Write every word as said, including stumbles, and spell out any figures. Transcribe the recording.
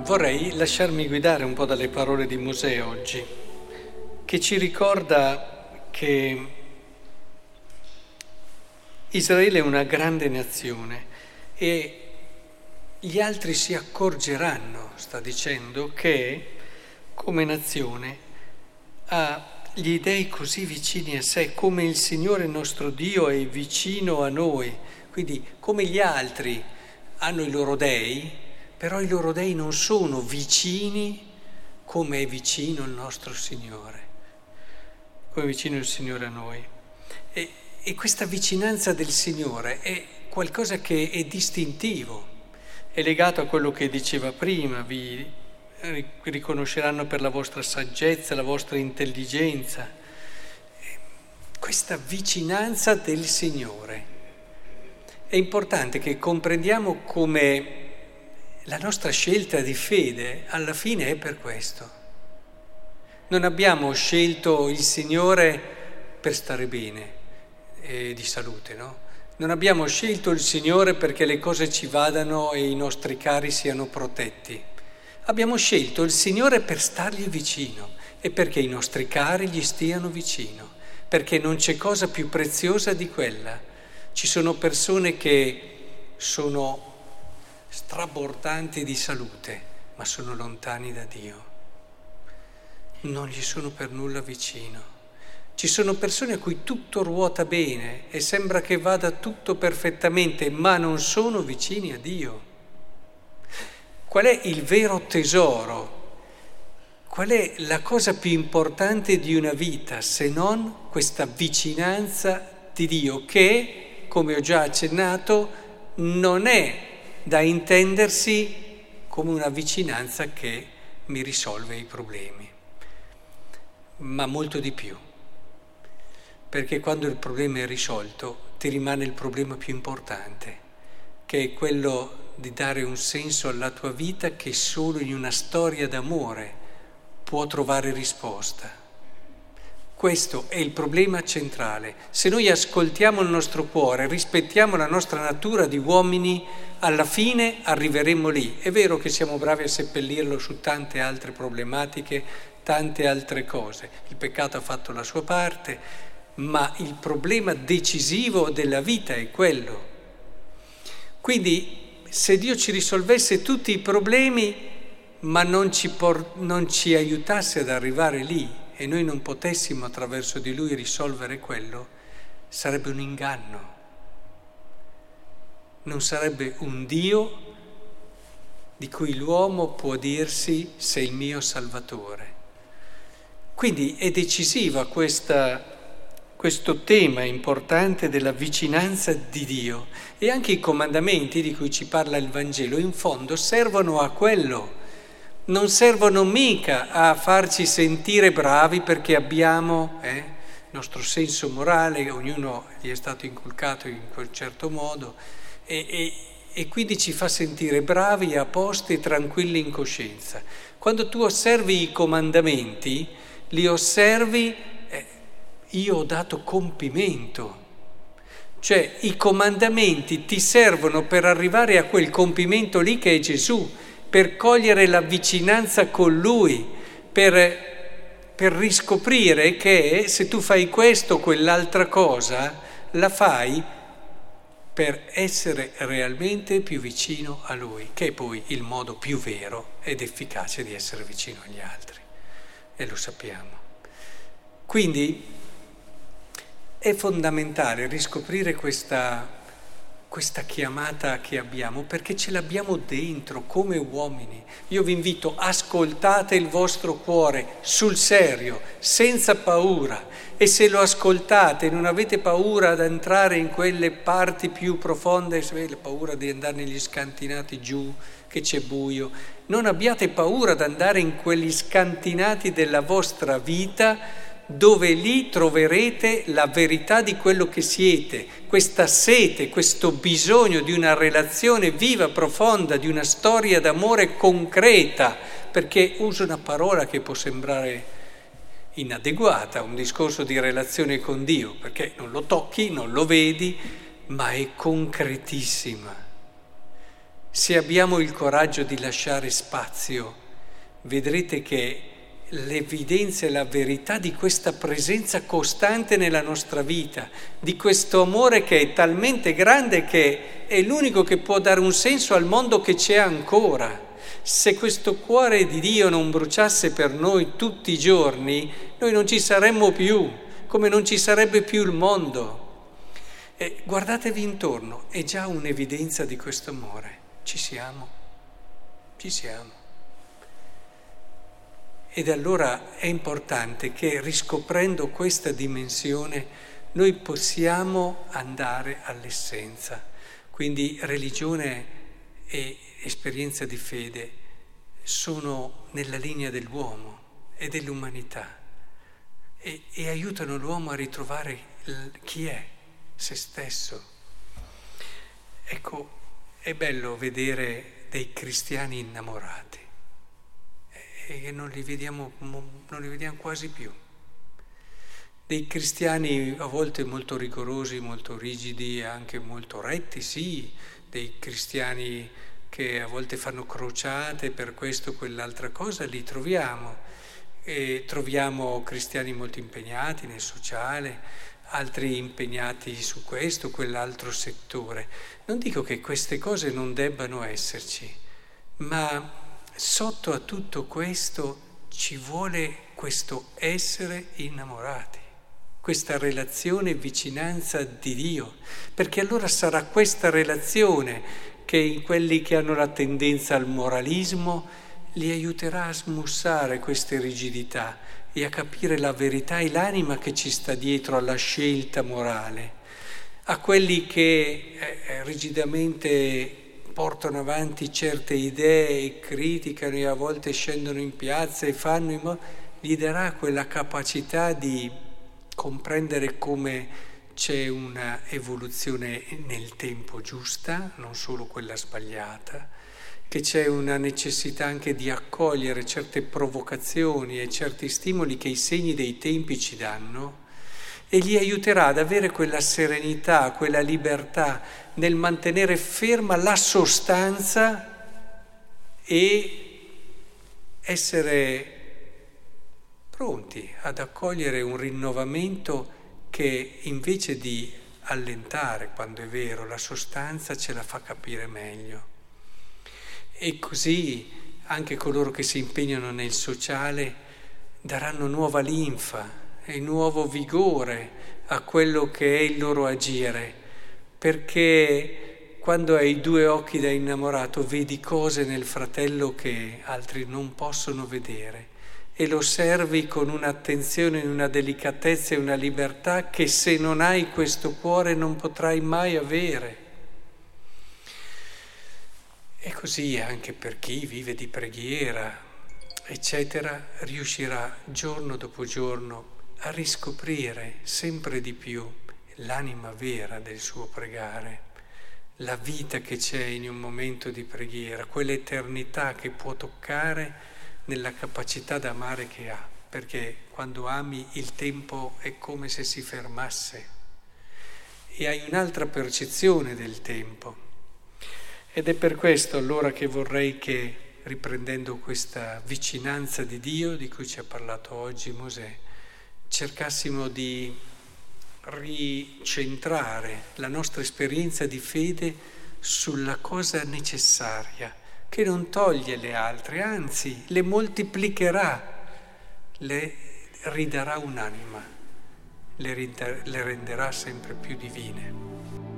Vorrei lasciarmi guidare un po' dalle parole di Mosè oggi, che ci ricorda che Israele è una grande nazione e gli altri si accorgeranno, sta dicendo, che come nazione ha gli dei così vicini a sé, come il Signore nostro Dio è vicino a noi, quindi come gli altri hanno i loro dei, però i loro dei non sono vicini come è vicino il nostro Signore, come è vicino il Signore a noi. E, e questa vicinanza del Signore è qualcosa che è distintivo, è legato a quello che diceva prima, vi riconosceranno per la vostra saggezza, la vostra intelligenza. Questa vicinanza del Signore. È importante che comprendiamo come la nostra scelta di fede alla fine è per questo. Non abbiamo scelto il Signore per stare bene e di salute, no? Non abbiamo scelto il Signore perché le cose ci vadano e i nostri cari siano protetti. Abbiamo scelto il Signore per stargli vicino e perché i nostri cari gli stiano vicino, perché non c'è cosa più preziosa di quella. Ci sono persone che sono strabordanti di salute, ma sono lontani da Dio. Non gli sono per nulla vicino. Ci sono persone a cui tutto ruota bene e sembra che vada tutto perfettamente, ma non sono vicini a Dio. Qual è il vero tesoro? Qual è la cosa più importante di una vita se non questa vicinanza di Dio che, come ho già accennato, non è da intendersi come una vicinanza che mi risolve i problemi, ma molto di più. Perché quando il problema è risolto ti rimane il problema più importante, che è quello di dare un senso alla tua vita che solo in una storia d'amore può trovare risposta. Questo è il problema centrale. Se noi ascoltiamo il nostro cuore, rispettiamo la nostra natura di uomini, alla fine arriveremo lì. È vero che siamo bravi a seppellirlo su tante altre problematiche, tante altre cose. Il peccato ha fatto la sua parte, ma il problema decisivo della vita è quello. Quindi, se Dio ci risolvesse tutti i problemi, ma non ci, por- non ci aiutasse ad arrivare lì e noi non potessimo attraverso di Lui risolvere quello, sarebbe un inganno. Non sarebbe un Dio di cui l'uomo può dirsi sei il mio Salvatore. Quindi è decisiva questa questo tema importante della vicinanza di Dio e anche i comandamenti di cui ci parla il Vangelo in fondo servono a quello, non servono mica a farci sentire bravi perché abbiamo eh, il nostro senso morale, ognuno gli è stato inculcato in quel certo modo e, e, e quindi ci fa sentire bravi, a posto e tranquilli in coscienza. Quando tu osservi i comandamenti, li osservi io ho dato compimento, cioè i comandamenti ti servono per arrivare a quel compimento lì che è Gesù, per cogliere la vicinanza con Lui, per, per riscoprire che se tu fai questo o quell'altra cosa, la fai per essere realmente più vicino a Lui, che è poi il modo più vero ed efficace di essere vicino agli altri, e lo sappiamo. Quindi è fondamentale riscoprire questa, questa chiamata che abbiamo, perché ce l'abbiamo dentro come uomini. Io vi invito, ascoltate il vostro cuore sul serio, senza paura, e se lo ascoltate non avete paura ad entrare in quelle parti più profonde, la paura di andare negli scantinati giù, che c'è buio, non abbiate paura ad andare in quegli scantinati della vostra vita, dove lì troverete la verità di quello che siete, questa sete, questo bisogno di una relazione viva, profonda, di una storia d'amore concreta, perché uso una parola che può sembrare inadeguata, un discorso di relazione con Dio, perché non lo tocchi, non lo vedi, ma è concretissima. se abbiamo il coraggio di lasciare spazio, vedrete che l'evidenza e la verità di questa presenza costante nella nostra vita, di questo amore che è talmente grande che è l'unico che può dare un senso al mondo che c'è ancora. Se questo cuore di Dio non bruciasse per noi tutti i giorni, noi non ci saremmo più, come non ci sarebbe più il mondo. E guardatevi intorno, è già un'evidenza di questo amore. Ci siamo, ci siamo. Ed allora è importante che riscoprendo questa dimensione noi possiamo andare all'essenza. Quindi religione e esperienza di fede sono nella linea dell'uomo e dell'umanità e, e aiutano l'uomo a ritrovare il, chi è, se stesso. Ecco, è bello vedere dei cristiani innamorati e che non li vediamo, non li vediamo quasi più. Dei cristiani a volte molto rigorosi, molto rigidi, anche molto retti, sì, dei cristiani che a volte fanno crociate per questo o quell'altra cosa, li troviamo. E troviamo cristiani molto impegnati nel sociale, altri impegnati su questo o quell'altro settore. Non dico che queste cose non debbano esserci, ma sotto a tutto questo ci vuole questo essere innamorati, questa relazione e vicinanza di Dio, perché allora sarà questa relazione che in quelli che hanno la tendenza al moralismo li aiuterà a smussare queste rigidità e a capire la verità e l'anima che ci sta dietro alla scelta morale. A quelli che eh, rigidamente portano avanti certe idee e criticano e a volte scendono in piazza e fanno in modo, gli darà quella capacità di comprendere come c'è una evoluzione nel tempo giusta, non solo quella sbagliata, che c'è una necessità anche di accogliere certe provocazioni e certi stimoli che i segni dei tempi ci danno e gli aiuterà ad avere quella serenità, quella libertà nel mantenere ferma la sostanza e essere pronti ad accogliere un rinnovamento che invece di allentare, quando è vero, la sostanza ce la fa capire meglio. E così anche coloro che si impegnano nel sociale daranno nuova linfa e nuovo vigore a quello che è il loro agire, perché quando hai due occhi da innamorato vedi cose nel fratello che altri non possono vedere e lo osservi con un'attenzione, una delicatezza e una libertà che se non hai questo cuore non potrai mai avere. E così anche per chi vive di preghiera, eccetera, riuscirà giorno dopo giorno a riscoprire sempre di più l'anima vera del suo pregare, la vita che c'è in un momento di preghiera, quell'eternità che può toccare nella capacità d'amare che ha, perché quando ami il tempo è come se si fermasse e hai un'altra percezione del tempo. Ed è per questo allora che vorrei che, riprendendo questa vicinanza di Dio di cui ci ha parlato oggi Mosè, cercassimo di ricentrare la nostra esperienza di fede sulla cosa necessaria, che non toglie le altre, anzi le moltiplicherà, le ridarà un'anima, le renderà sempre più divine.